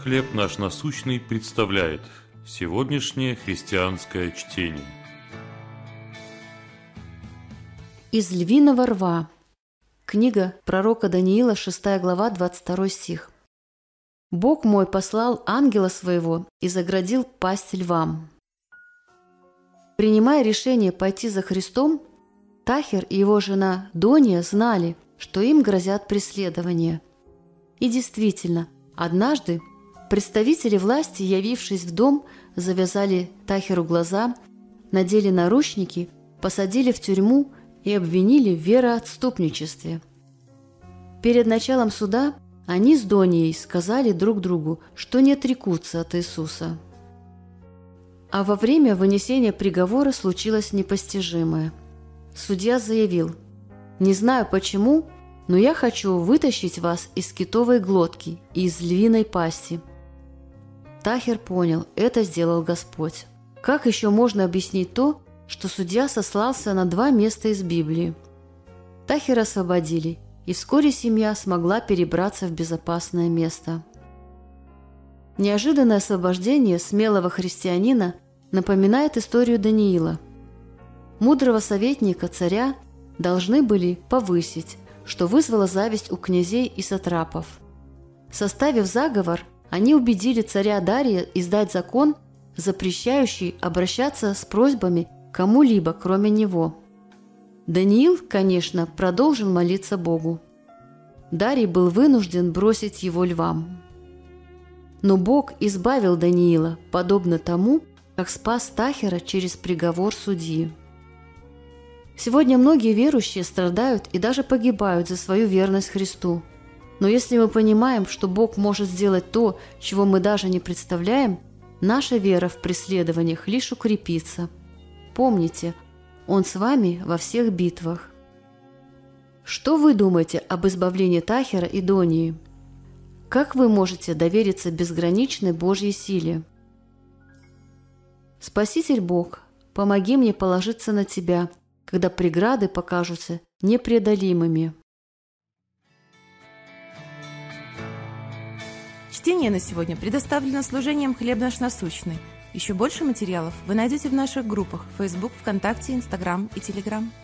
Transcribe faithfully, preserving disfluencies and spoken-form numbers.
«Хлеб наш насущный» представляет сегодняшнее христианское чтение. Из Львиного рва. Книга пророка Даниила, шестая глава, двадцать второй стих. «Бог мой послал ангела своего и заградил пасть львам». Принимая решение пойти за Христом, Тахер и его жена Дония знали, что им грозят преследования. И действительно, однажды представители власти, явившись в дом, завязали Тахеру глаза, надели наручники, посадили в тюрьму и обвинили в вероотступничестве. Перед началом суда они с Донией сказали друг другу, что не отрекутся от Иисуса. А во время вынесения приговора случилось непостижимое. Судья заявил: «Не знаю почему, но я хочу вытащить вас из китовой глотки и из львиной пасти». Тахер понял, это сделал Господь. Как еще можно объяснить то, что судья сослался на два места из Библии? Тахера освободили, и вскоре семья смогла перебраться в безопасное место. Неожиданное освобождение смелого христианина напоминает историю Даниила. Мудрого советника царя должны были повысить, что вызвало зависть у князей и сатрапов. Составив заговор, они убедили царя Дария издать закон, запрещающий обращаться с просьбами к кому-либо, кроме него. Даниил, конечно, продолжил молиться Богу. Дарий был вынужден бросить его львам. Но Бог избавил Даниила, подобно тому, как спас Тахера через приговор судьи. Сегодня многие верующие страдают и даже погибают за свою верность Христу. Но если мы понимаем, что Бог может сделать то, чего мы даже не представляем, наша вера в преследованиях лишь укрепится. Помните, Он с вами во всех битвах. Что вы думаете об избавлении Тахера и Донии? Как вы можете довериться безграничной Божьей силе? Спаситель Бог, помоги мне положиться на Тебя, когда преграды покажутся непреодолимыми. Чтение на сегодня предоставлено служением «Хлеб наш насущный». Еще больше материалов вы найдете в наших группах Facebook, ВКонтакте, Instagram и Telegram.